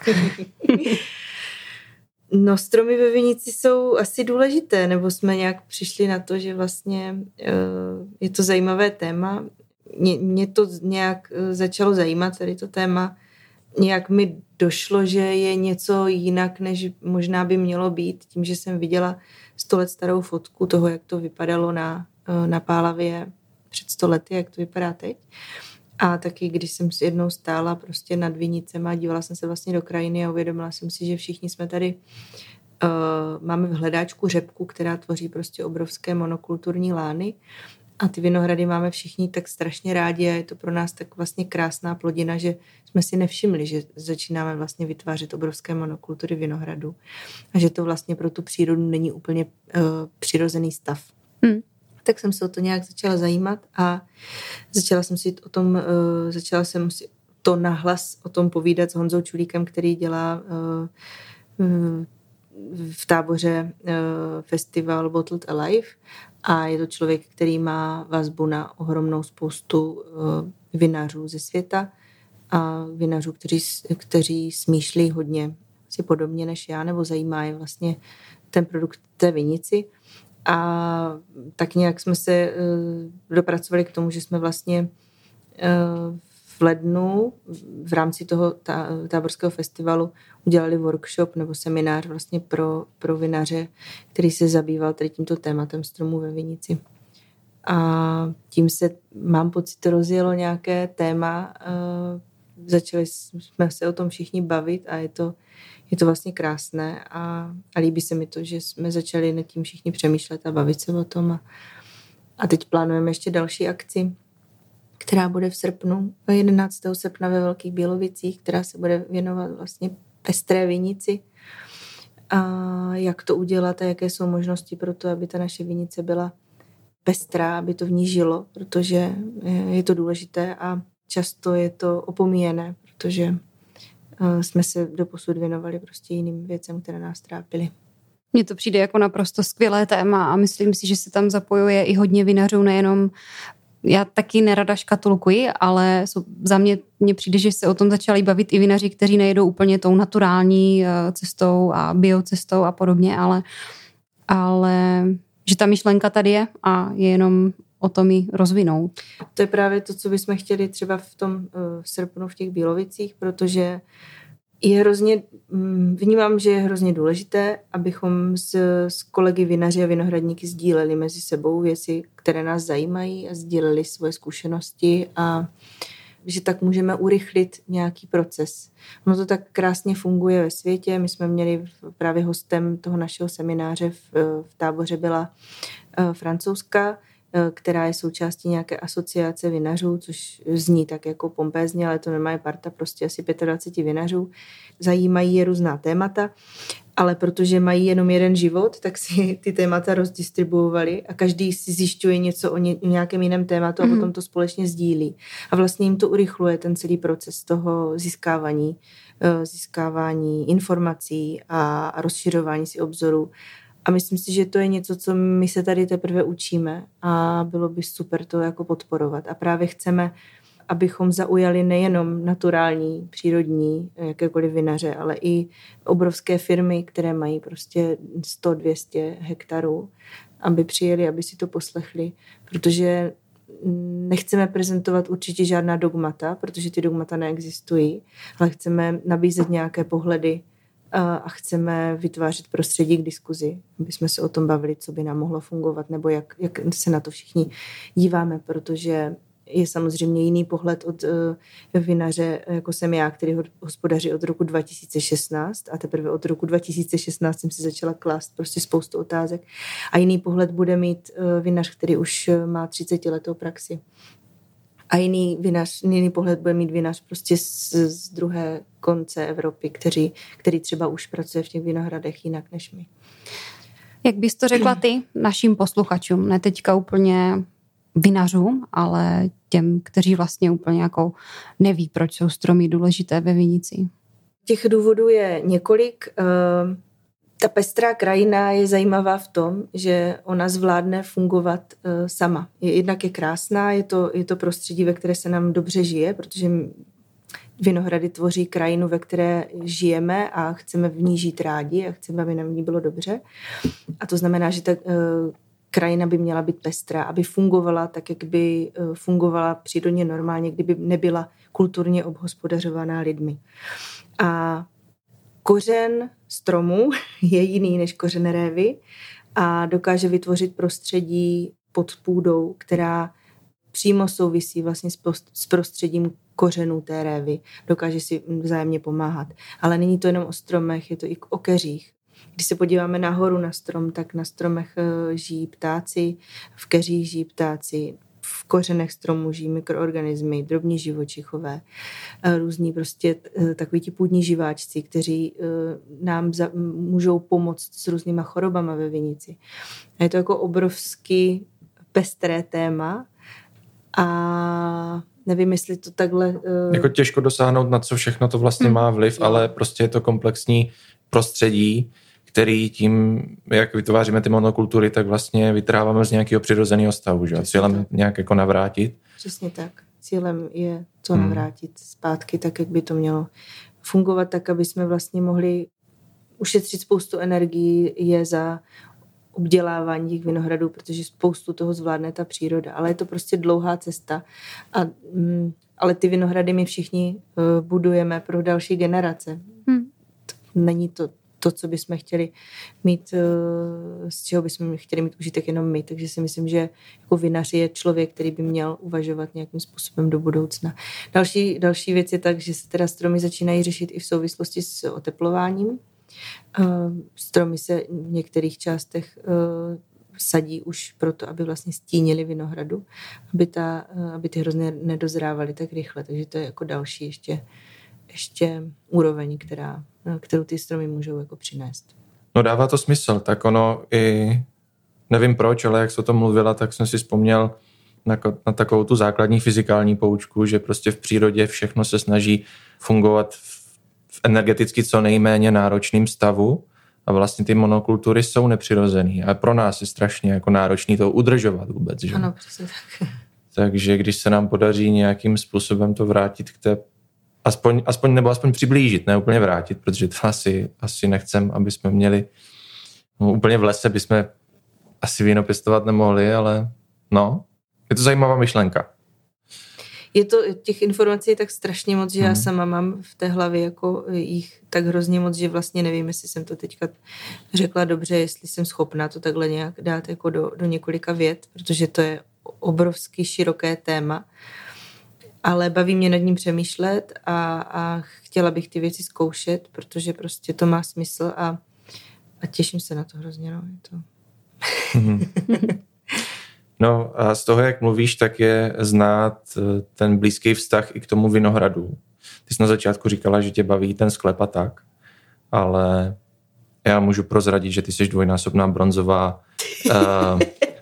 No, stromy ve Vinici jsou asi důležité, nebo jsme nějak přišli na to, že vlastně uh, je to zajímavé téma. Mě, mě to nějak uh, začalo zajímat, tady to téma. Nějak mi došlo, že je něco jinak, než možná by mělo být, tím, že jsem viděla sto let starou fotku toho, jak to vypadalo na, uh, na Pálavě před sto lety, jak to vypadá teď. A taky, když jsem si jednou stála prostě nad Vinicem a dívala jsem se vlastně do krajiny a uvědomila jsem si, že všichni jsme tady, uh, máme v hledáčku řepku, která tvoří prostě obrovské monokulturní lány a ty vinohrady máme všichni tak strašně rádi a je to pro nás tak vlastně krásná plodina, že jsme si nevšimli, že začínáme vlastně vytvářet obrovské monokultury vinohradu a že to vlastně pro tu přírodu není úplně uh, přirozený stav. Hmm. Tak jsem se o to nějak začala zajímat a začala jsem si o tom, uh, začala jsem si to nahlas o tom povídat s Honzou Čulíkem, který dělá uh, uh, v Táboře uh, festival Bottled Alive a je to člověk, který má vazbu na ohromnou spoustu uh, vinařů ze světa a vinařů, kteří, kteří smýšlí hodně si podobně než já, nebo zajímá je vlastně ten produkt té vinici. A tak nějak jsme se uh, dopracovali k tomu, že jsme vlastně uh, v lednu v rámci toho tá, táborského festivalu udělali workshop nebo seminář vlastně pro, pro vinaře, který se zabýval tady tímto tématem stromů ve Vinici. A tím se, mám pocit, rozjelo nějaké téma, uh, začali jsme se o tom všichni bavit a je to Je to vlastně krásné a, a líbí se mi to, že jsme začali nad tím všichni přemýšlet a bavit se o tom. A, a teď plánujeme ještě další akci, která bude v srpnu, jedenáctého srpna ve Velkých Bílovicích, která se bude věnovat vlastně pestré vinici. A jak to udělat a jaké jsou možnosti pro to, aby ta naše vinice byla pestrá, aby to v ní žilo, protože je to důležité a často je to opomíjené, protože jsme se doposud věnovali prostě jiným věcem, které nás trápily. Mně to přijde jako naprosto skvělé téma a myslím si, že se tam zapojuje i hodně vinařů, nejenom já taky nerada škatulkuji, ale za mě mně přijde, že se o tom začali bavit i vinaři, kteří nejedou úplně tou naturální cestou a biocestou a podobně, ale, ale že ta myšlenka tady je a je jenom o tom ji rozvinout. To je právě to, co bychom chtěli třeba v tom uh, srpnu v těch Bílovicích, protože je hrozně, vnímám, že je hrozně důležité, abychom s, s kolegy vinaři a vinohradníky sdíleli mezi sebou věci, které nás zajímají a sdíleli svoje zkušenosti a že tak můžeme urychlit nějaký proces. Ono to tak krásně funguje ve světě. My jsme měli právě hostem toho našeho semináře v, v Táboře byla Francouzka, která je součástí nějaké asociace vinařů, což zní tak jako pompézně, ale to nemá parta prostě asi dvacet pět vinařů. Zajímají je různá témata, ale protože mají jenom jeden život, tak si ty témata rozdistribuovali a každý si zjišťuje něco o ně, nějakém jiném tématu a mm. potom to společně sdílí. A vlastně jim to urychluje ten celý proces toho získávání, získávání informací a rozšiřování si obzoru. A myslím si, že to je něco, co my se tady teprve učíme a bylo by super to jako podporovat. A právě chceme, abychom zaujali nejenom naturální, přírodní, jakékoliv vinaře, ale i obrovské firmy, které mají prostě sto dvě stě hektarů, aby přijeli, aby si to poslechli, protože nechceme prezentovat určitě žádná dogmata, protože ty dogmata neexistují, ale chceme nabízet nějaké pohledy a chceme vytvářet prostředí k diskuzi, aby jsme se o tom bavili, co by nám mohlo fungovat, nebo jak, jak se na to všichni díváme, protože je samozřejmě jiný pohled od uh, vinaře, jako jsem já, který hospodaří od roku dva tisíce šestnáct a teprve od roku dva tisíce šestnáct jsem si začala klást prostě spoustu otázek. A jiný pohled bude mít uh, vinař, který už má třicetiletou praxi. A jiný, vinař, jiný pohled bude mít vinař prostě z, z druhé konce Evropy, který, který třeba už pracuje v těch vinohradech jinak než my. Jak bys to řekla ty našim posluchačům? Ne teďka úplně vinařům, ale těm, kteří vlastně úplně jako neví, proč jsou stromy důležité ve vinici. Těch důvodů je několik. Ta pestrá krajina je zajímavá v tom, že ona zvládne fungovat sama. Jednak je krásná, je to, je to prostředí, ve které se nám dobře žije, protože vinohrady tvoří krajinu, ve které žijeme a chceme v ní žít rádi a chceme, aby nám v ní bylo dobře. A to znamená, že ta krajina by měla být pestrá, aby fungovala tak, jak by fungovala přírodně normálně, kdyby nebyla kulturně obhospodařovaná lidmi. A kořen stromu je jiný než kořen révy a dokáže vytvořit prostředí pod půdou, která přímo souvisí vlastně s prostředím kořenů té révy. Dokáže si vzájemně pomáhat. Ale není to jenom o stromech, je to i o keřích. Když se podíváme nahoru na strom, tak na stromech žijí ptáci, v keřích žijí ptáci, v kořenech stromů žijí mikroorganismy, drobní živočichové, různí prostě takoví ti půdní živáčci, kteří nám za, můžou pomoct s různýma chorobama ve vinici. A je to jako obrovský pestré téma a nevím, jestli to takhle... Jako těžko dosáhnout, na co všechno to vlastně hmm. má vliv, no. Ale prostě je to komplexní prostředí, který tím, jak vytváříme ty monokultury, tak vlastně vytráváme z nějakého přirozeného stavu, že? Cílem nějak jako navrátit. Přesně tak. Cílem je to hmm. navrátit zpátky tak, jak by to mělo fungovat, tak, aby jsme vlastně mohli ušetřit spoustu energií je za obdělávání těch vinohradů, protože spoustu toho zvládne ta příroda. Ale je to prostě dlouhá cesta. A, mm, ale ty vinohrady my všichni uh, budujeme pro další generace. Hmm. Není to to, co bychom chtěli mít, z čeho bychom chtěli mít užitek jenom my. Takže si myslím, že jako vinař je člověk, který by měl uvažovat nějakým způsobem do budoucna. Další, další věc je tak, že se teda stromy začínají řešit i v souvislosti s oteplováním. Stromy se v některých částech sadí už proto, aby vlastně stínili vinohradu, aby, ta, aby ty hrozně nedozrávaly tak rychle. Takže to je jako další ještě ještě úroveň, která, kterou ty stromy můžou jako přinést. No dává to smysl, tak ono i, nevím proč, ale jak jsi o tom mluvila, tak jsem si vzpomněl na, na takovou tu základní fyzikální poučku, že prostě v přírodě všechno se snaží fungovat v, v energeticky co nejméně náročným stavu a vlastně ty monokultury jsou nepřirozený a pro nás je strašně jako náročný to udržovat vůbec. Že? Ano, přesně tak. Takže když se nám podaří nějakým způsobem to vrátit k té Aspoň, aspoň, nebo aspoň přiblížit, ne úplně vrátit, protože to asi, asi nechcem, aby jsme měli, no úplně v lese bychom asi víno pěstovat nemohli, ale no, Je to zajímavá myšlenka. Je to, těch informací je tak strašně moc, že hmm. já sama mám v té hlavě jako jich tak hrozně moc, že vlastně nevím, jestli jsem to teďka řekla dobře, jestli jsem schopná to takhle nějak dát jako do, do několika vět, protože to je obrovský široké téma, ale baví mě nad ním přemýšlet a, a chtěla bych ty věci zkoušet, protože prostě to má smysl a, a těším se na to hrozně. No, je to... hmm. No a z toho, jak mluvíš, tak je znát ten blízký vztah i k tomu vinohradu. Ty jsi na začátku říkala, že tě baví ten sklep a tak, ale já můžu prozradit, že ty jsi dvojnásobná bronzová uh,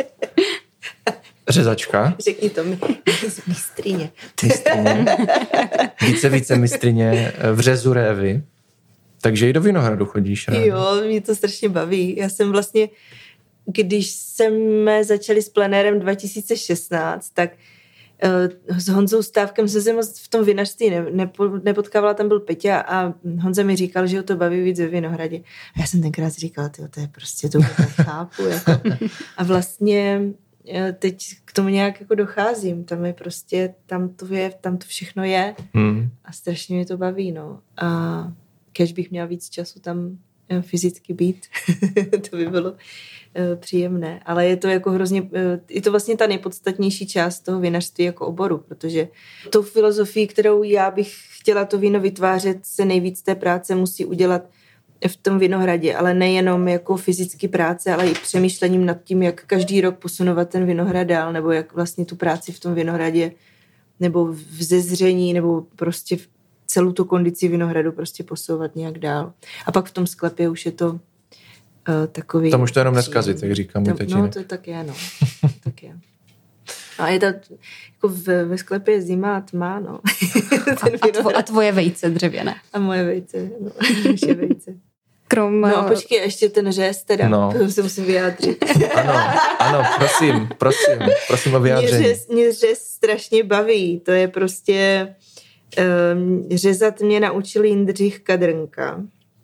řezačka. Řekni to mi, mistryně. Mistryně. Více, více mistryně v řezu révy. Takže i do vinohradu chodíš rád. Jo, mě to strašně baví. Já jsem vlastně když jsme začali s plenérem dva tisíce šestnáct, tak uh, s Honzou Stávkem se jsem v tom vinařství ne, nepo, nepotkávala, tam byl Peťa a Honza mi říkal, že ho to baví víc ve Vinohradě. A já jsem tenkrát říkala, tyjo, to je prostě, to chápu. Jako. A vlastně teď k tomu nějak jako docházím. Tam je prostě, tam to je, tam to všechno je hmm. a strašně mě to baví, no. A kež bych měla víc času tam fyzicky být, to by bylo příjemné, ale je to jako hrozně, je to vlastně ta nejpodstatnější část toho vinařství jako oboru, protože tou filozofii, kterou já bych chtěla to víno vytvářet, se nejvíc té práce musí udělat v tom vinohradě, ale nejenom jako fyzicky práce, ale i přemýšlením nad tím, jak každý rok posunovat ten vinohrad dál, nebo jak vlastně tu práci v tom vinohradě, nebo v zezření, nebo prostě v celou tu kondici vinohradu prostě posouvat nějak dál. A pak v tom sklepě už je to uh, takový... Tam už to jenom neskazit, jak říkám můj tatínek. No, to tak je, no. tak je. A je to, jako ve, ve sklepě je zima a tma, no. a, a, tvo, a tvoje vejce dřevěné. A moje vejce, no. Naše vejce. Krom... No, počkej, ještě ten řez teda, no. to se musím vyjádřit. ano, ano, prosím, prosím, prosím o vyjádření. Mě řez, mě řez strašně baví, to je prostě... Um, řezat mě naučil Jindřich Kadrnka.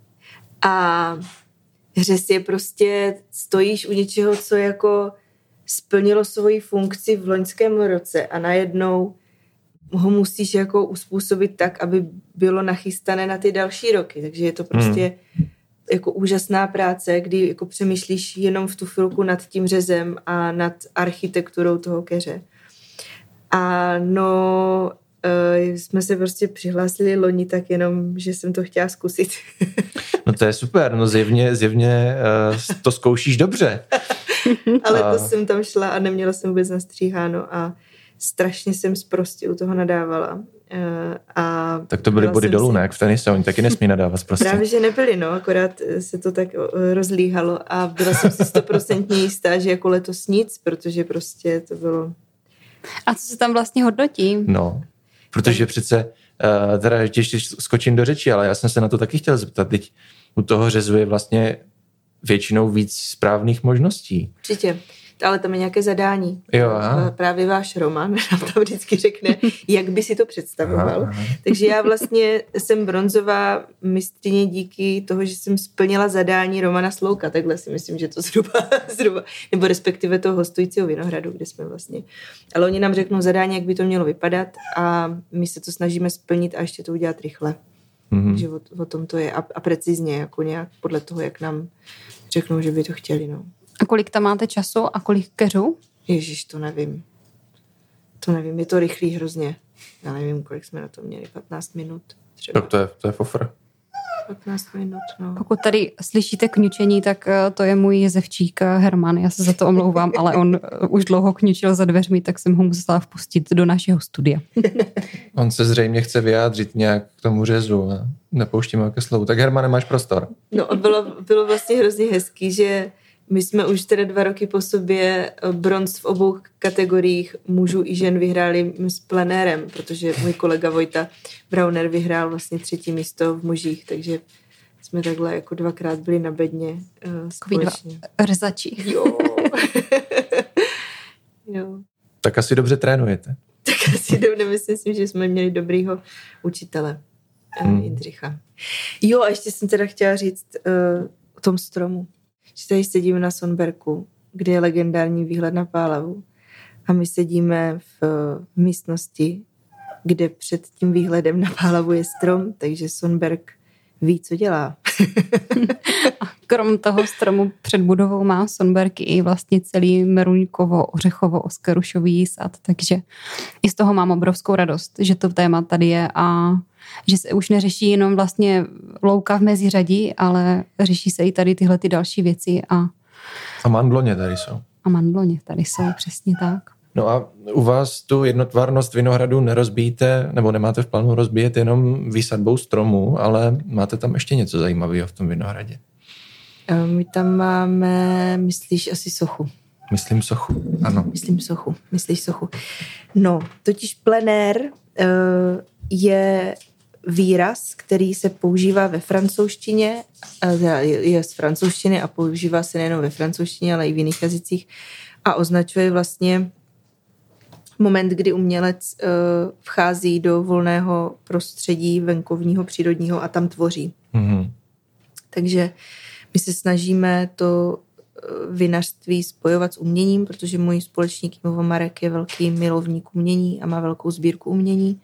A řez je prostě, stojíš u něčeho, co jako splnilo svoji funkci v loňském roce a najednou ho musíš jako uspůsobit tak, aby bylo nachystané na ty další roky. Takže je to prostě hmm. jako úžasná práce, kdy jako přemýšlíš jenom v tu chvilku nad tím řezem a nad architekturou toho keře. A no... Uh, jsme se prostě přihlásili loni tak jenom, že jsem to chtěla zkusit. No to je super, no zjevně, zjevně uh, to zkoušíš dobře. Ale a... to jsem tam šla a neměla jsem vůbec nastříháno a strašně jsem prostě u toho nadávala. Uh, a tak to byly body dolů, si... ne? Jak v tenise, oni taky nesmí nadávat prostě. Právě, že nebyly, no, akorát se to tak rozlíhalo a byla jsem si stoprocentně jistá, že jako letos nic, protože prostě to bylo... A co se tam vlastně hodnotí? No... Protože přece, uh, teda ještě skočím do řeči, ale já jsem se na to taky chtěl zeptat. Teď u toho řezu je vlastně většinou víc správných možností. Určitě, ale tam je nějaké zadání. Jo, aha. Právě váš Roman nám tam vždycky řekne, jak by si to představoval. Aha, aha. Takže já vlastně jsem bronzová mistryně díky toho, že jsem splnila zadání Romana Slouka. Takhle si myslím, že to zhruba, zhruba nebo respektive toho hostujícího Vinohradu, kde jsme vlastně. Ale oni nám řeknou zadání, jak by to mělo vypadat a my se to snažíme splnit a ještě to udělat rychle. Mm-hmm. Takže o, o tom to je a, a precizně, jako nějak podle toho, jak nám řeknou, že by to chtěli, no. A kolik tam máte času a kolik keřů? Ježiš, to nevím. To nevím, je to rychlý hrozně. Já nevím, kolik jsme na to měli, patnáct minut třeba. Tak to je, to je fofr. patnáct minut, no. Pokud tady slyšíte kňučení, tak to je můj jezevčík Herman. Já se za to omlouvám, ale on už dlouho kňučil za dveřmi, tak jsem ho musela vpustit do našeho studia. On se zřejmě chce vyjádřit nějak k tomu řezu a nepouštíme ho ke slovu. Tak Hermane, máš prostor. No a bylo, bylo vlastně hrozně hezký, že my jsme už teda dva roky po sobě bronz v obou kategoriích mužů i žen vyhráli s plenérem, protože můj kolega Vojta Brauner vyhrál vlastně třetí místo v mužích, takže jsme takhle jako dvakrát byli na bedně uh, společně. Dva řezači. Jo. jo. Tak asi dobře trénujete. Tak asi dobře, myslím, že jsme měli dobrýho učitele hmm. Jindřicha. Jo, a ještě jsem teda chtěla říct uh, o tom stromu. Že tady sedíme na Sonberku, kde je legendární výhled na Pálavu. a my sedíme v, v místnosti, kde před tím výhledem na Pálavu je strom, takže Sonberg ví, co dělá. Krom toho stromu před budovou má Sonberg i vlastně celý Meruňkovo-Ořechovo-Oskerušový sad, takže i z toho mám obrovskou radost, že to téma tady je a že se už neřeší jenom vlastně louka v meziřadí, ale řeší se i tady tyhle ty další věci. A, a mandloně tady jsou. A mandloně tady jsou, přesně tak. No a u vás tu jednotvárnost vinohradu nerozbíjíte, nebo nemáte v plánu rozbíjet jenom výsadbou stromů, ale máte tam ještě něco zajímavého v tom vinohradě. My tam máme, myslíš, asi sochu. Myslím sochu, ano. Myslím sochu, myslíš sochu. No, totiž plenér uh, je výraz, který se používá ve francouzštině, je z francouzštiny a používá se nejenom ve francouzštině, ale i v jiných jazycích a označuje vlastně moment, kdy umělec uh, vchází do volného prostředí venkovního, přírodního a tam tvoří. Mm-hmm. Takže my se snažíme to vinařství spojovat s uměním, protože můj společník Ivo Marek je velký milovník umění a má velkou sbírku umění.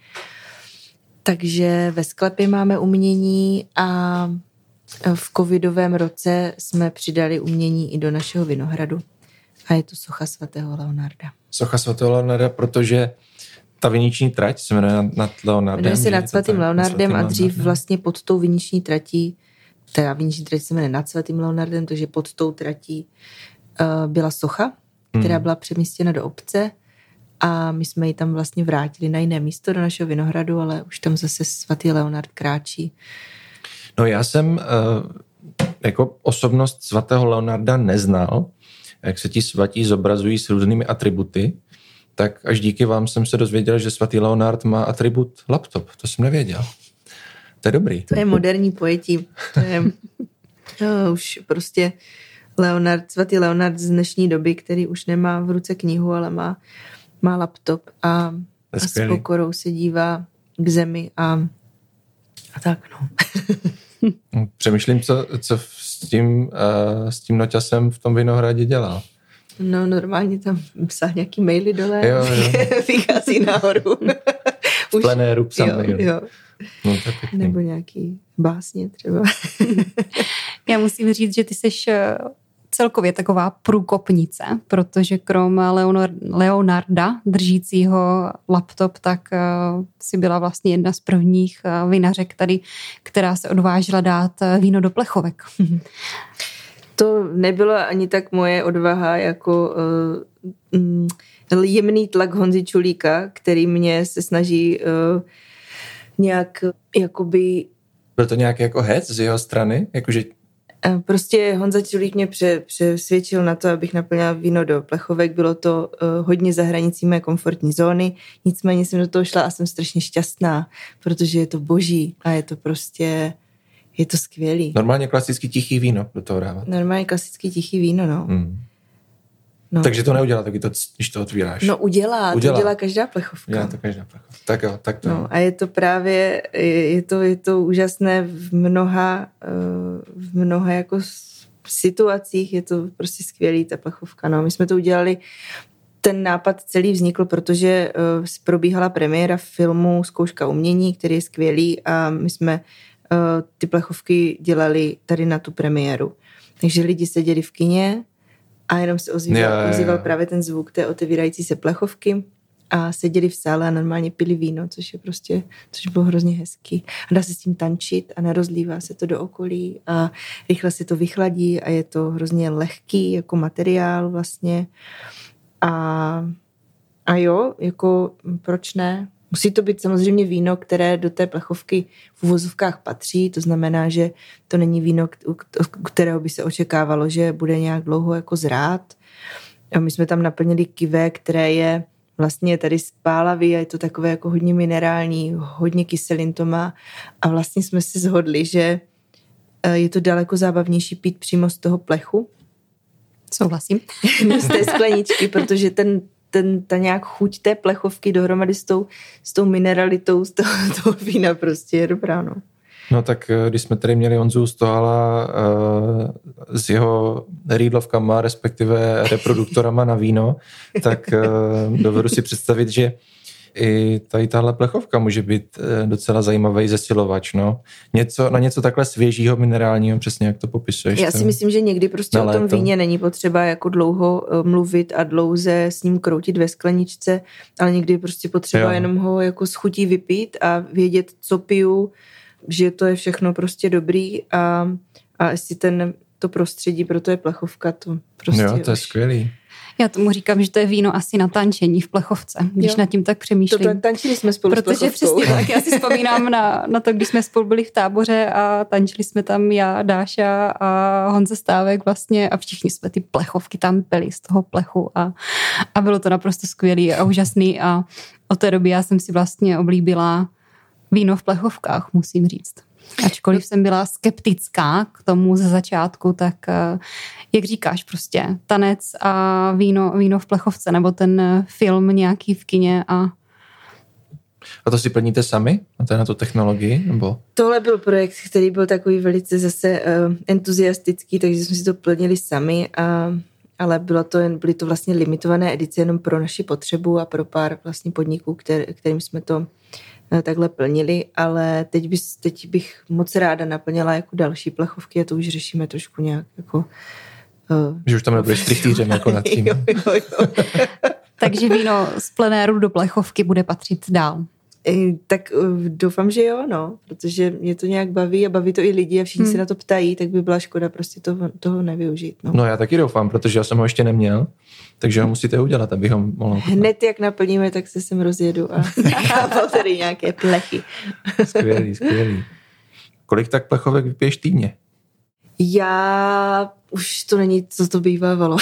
Takže ve sklepě máme umění a v covidovém roce jsme přidali umění i do našeho vinohradu. A je to socha svatého Leonarda. Socha svatého Leonarda, protože ta viniční trať se jmenuje nad Leonardem. Jmenuje se nad svatým Leonardem a dřív vlastně pod tou viniční tratí, teda viniční trať se jmenuje nad svatým Leonardem, takže pod tou tratí uh, byla socha, která hmm. byla přemístěna do obce a my jsme ji tam vlastně vrátili na jiné místo do našeho vinohradu, ale už tam zase svatý Leonard kráčí. No já jsem uh, jako osobnost svatého Leonarda neznal, jak se ti svatí zobrazují s různými atributy, tak až díky vám jsem se dozvěděl, že svatý Leonard má atribut laptop. To jsem nevěděl. To je dobrý. To je moderní pojetí. To je no, už prostě Leonard, svatý Leonard z dnešní doby, který už nemá v ruce knihu, ale má, má laptop a, a s pokorou se dívá k zemi a, a tak no. Přemýšlím, co, co s tím, uh, s tím noťasem v tom vinohradě dělá. No normálně tam psal nějaký maily dole, jo, jo. vychází nahoru. V plenéru psal jo, maily. Jo. No, nebo nějaký básně třeba. Já musím říct, že ty seš celkově taková průkopnice, protože krom Leonor, Leonarda držícího laptop, tak uh, si byla vlastně jedna z prvních uh, vinařek tady, která se odvážila dát víno do plechovek. To nebyla ani tak moje odvaha jako uh, um, jemný tlak Honzy Čulíka, který mě se snaží uh, nějak jakoby... Byl to nějaký jako hec z jeho strany? Jakože... Prostě Honza Čulík mě pře, přesvědčil na to, abych naplnila víno do plechovek. Bylo to uh, hodně za hranicí mé komfortní zóny, nicméně jsem do toho šla a jsem strašně šťastná, protože je to boží a je to prostě, je to skvělý. Normálně klasický tichý víno do toho dávat. Normálně klasický tichý víno, no. Hmm. No. Takže to neudělá taky to, když to otvíráš. No udělá, udělá. to dělá každá plechovka. Dělá to každá plechovka. Tak jo, tak to no, a je to právě, je to, je to úžasné v mnoha, v mnoha jako situacích, je to prostě skvělý ta plechovka. No, my jsme to udělali, ten nápad celý vznikl, protože uh, probíhala premiéra filmu Zkouška umění, který je skvělý a my jsme uh, ty plechovky dělali tady na tu premiéru. Takže lidi seděli v kině a jenom se ozýval, yeah, yeah. ozýval právě ten zvuk té otevírající se plechovky a seděli v sále a normálně pili víno, což je prostě, což bylo hrozně hezký. A dá se s tím tančit a nerozlívá se to do okolí a rychle se to vychladí a je to hrozně lehký jako materiál vlastně. A, a jo, jako proč ne? Musí to být samozřejmě víno, které do té plechovky v uvozovkách patří, to znamená, že to není víno, u kterého by se očekávalo, že bude nějak dlouho jako zrát. A my jsme tam naplnili kivé, které je vlastně tady z Pálavy a je to takové jako hodně minerální, hodně kyselin to má a vlastně jsme se shodli, že je to daleko zábavnější pít přímo z toho plechu. Souhlasím. Z té skleničky, protože ten ten, ta nějak chuť té plechovky dohromady s tou, s tou mineralitou z toho, toho vína prostě je dobrá, no. No tak když jsme tady měli Honzu Stohala uh, s jeho rýdlovkama, respektive reproduktorama na víno, tak uh, dovedu si představit, že i tady tahle plechovka může být docela zajímavý zesilovač, no. Něco, na něco takhle svěžího, minerálního, přesně jak to popisuješ. Já si to... myslím, že někdy prostě o tom víně není potřeba jako dlouho mluvit a dlouze s ním kroutit ve skleničce, ale někdy je prostě potřeba jo. jenom ho jako s chutí vypít a vědět, co piju, že to je všechno prostě dobrý a, a jestli ten, to prostředí, proto je plechovka, to prostě... Jo, to je už... skvělý. Já tomu říkám, že to je víno asi na tančení v plechovce, když jo. nad tím tak přemýšlím. To tančili jsme spolu Protože s plechovkou. přesně tak, já si vzpomínám na, na to, když jsme spolu byli v táboře a tančili jsme tam já, Dáša a Honza Stávek vlastně a všichni jsme ty plechovky tam pili z toho plechu a, a bylo to naprosto skvělý a úžasný a od té doby já jsem si vlastně oblíbila víno v plechovkách, musím říct. Ačkoliv jsem byla skeptická k tomu ze začátku, tak jak říkáš prostě, tanec a víno, víno v plechovce, nebo ten film nějaký v kině a... A to si plníte sami? A to je na tu technologii? Nebo? Tohle byl projekt, který byl takový velice zase uh, entuziastický, takže jsme si to plnili sami, a, ale bylo to jen, byly to vlastně limitované edice jenom pro naši potřebu a pro pár vlastně podniků, který, kterým jsme to takhle plnili, ale teď, bys, teď bych moc ráda naplnila jako další plechovky a to už řešíme trošku nějak jako... Uh, že už tam nebudeš strichtýřem jako nad tím. jo, jo, jo. Takže víno z plenéru do plechovky bude patřit dál. E, tak uh, doufám, že jo, no, protože mě to nějak baví a baví to i lidi a všichni hmm. se na to ptají, tak by byla škoda prostě toho, toho nevyužít. No. no já taky doufám, protože já jsem ho ještě neměl, takže ho musíte udělat, abych ho mohl kupit. Hned jak naplníme, tak se sem rozjedu a, a tady nějaké plechy. Skvělý, skvělý. Kolik tak plechovek vypiješ týdně? Já už to není, co to bývávalo.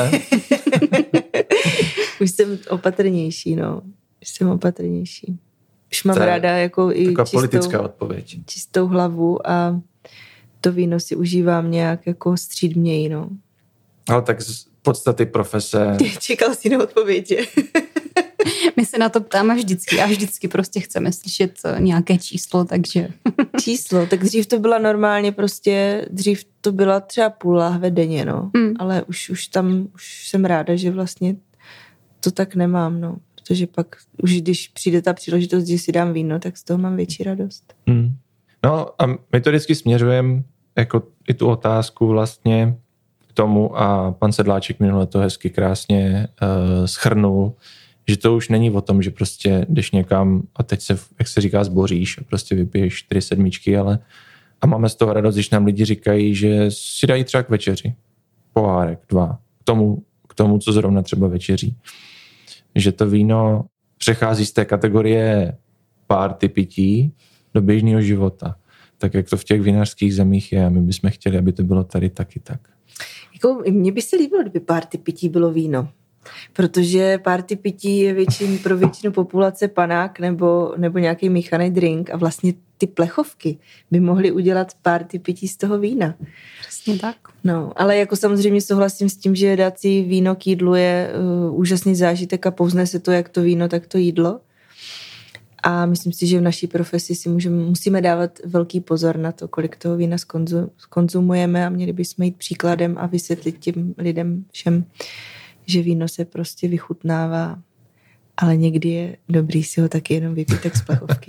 Už jsem opatrnější, no. Už jsem opatrnější. Už mám ráda jako i taková čistou, politická odpověď. čistou hlavu a to víno si užívám nějak jako střídměji, no. Ale tak z podstaty profese... Čekal jsi na odpověď. My se na to ptáme vždycky a vždycky prostě chceme slyšet nějaké číslo, takže... Číslo, tak dřív to byla normálně prostě, dřív to byla třeba půl láhve denně, no. Hmm. Ale už, už tam, už jsem ráda, že vlastně to tak nemám, no. Protože pak už když přijde ta příležitost, že si dám víno, tak z toho mám větší radost. Hmm. No a my to vždycky směřujeme jako i tu otázku vlastně k tomu a pan Sedláček minule to hezky krásně uh, shrnul, že to už není o tom, že prostě jdeš někam a teď se, jak se říká, zboříš a prostě vypiješ čtyři sedmičky, ale a máme z toho radost, když nám lidi říkají, že si dají třeba k večeři pohárek, dva, k tomu, k tomu, co zrovna třeba večeří. Že to víno přechází z té kategorie party pití do běžného života. Tak jak to v těch vinařských zemích je a my bychom chtěli, aby to bylo tady taky tak. Jako, mně by se líbilo, kdyby party pití bylo víno. Protože party pití je většin, pro většinu populace panák nebo, nebo nějaký míchaný drink a vlastně ty plechovky by mohly udělat party pití z toho vína. Přesně tak. No, ale jako samozřejmě souhlasím s tím, že dát si víno k jídlu je uh, úžasný zážitek a pouzne se to jak to víno, tak to jídlo. A myslím si, že v naší profesi si můžeme, musíme dávat velký pozor na to, kolik toho vína skonzum, skonzumujeme a měli bychom jít příkladem a vysvětlit těm lidem všem, že víno se prostě vychutnává, ale někdy je dobrý si ho taky jenom vypít tak z plechovky.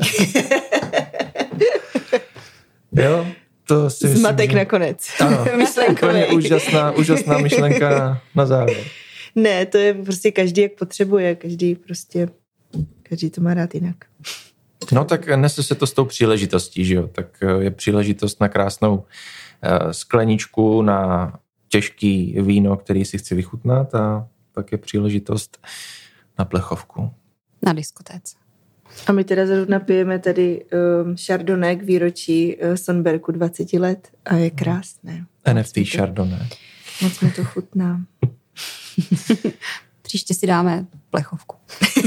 Jo, to si myslím, zmatek že... nakonec. Myšlenkově úžasná, úžasná myšlenka na, na závěr. Ne, to je prostě každý, jak potřebuje, každý prostě, každý to má rád jinak. No tak nese se to s tou příležitostí, že jo, tak je příležitost na krásnou skleničku, na těžký víno, který si chci vychutnat a tak je příležitost na plechovku. Na diskotéce. A my teda zrovna pijeme tady um, Chardonnay k výročí uh, Sonberku dvacet let a je krásné. N F T to, Chardonnay. Moc mi to chutná. Příště si dáme plechovku.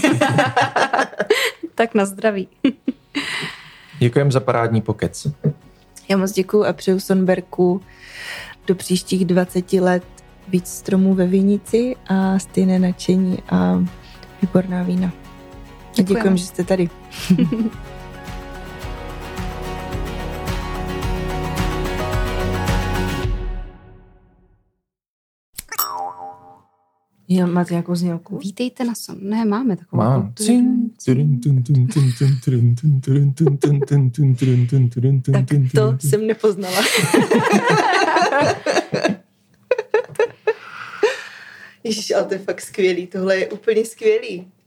Tak na zdraví. Děkujeme za parádní pokec. Já moc děkuju a přeju Sonberku do příštích dvaceti let víc stromů ve vinici a stejné nadšení a výborná vína. Děkujem, že jste tady. Já, máte nějakou znělku? Vítejte na son. Ne, máme takovou. Mám. Tak to jsem nepoznala. Ježiš, ale to je fakt skvělý. Tohle je úplně skvělý.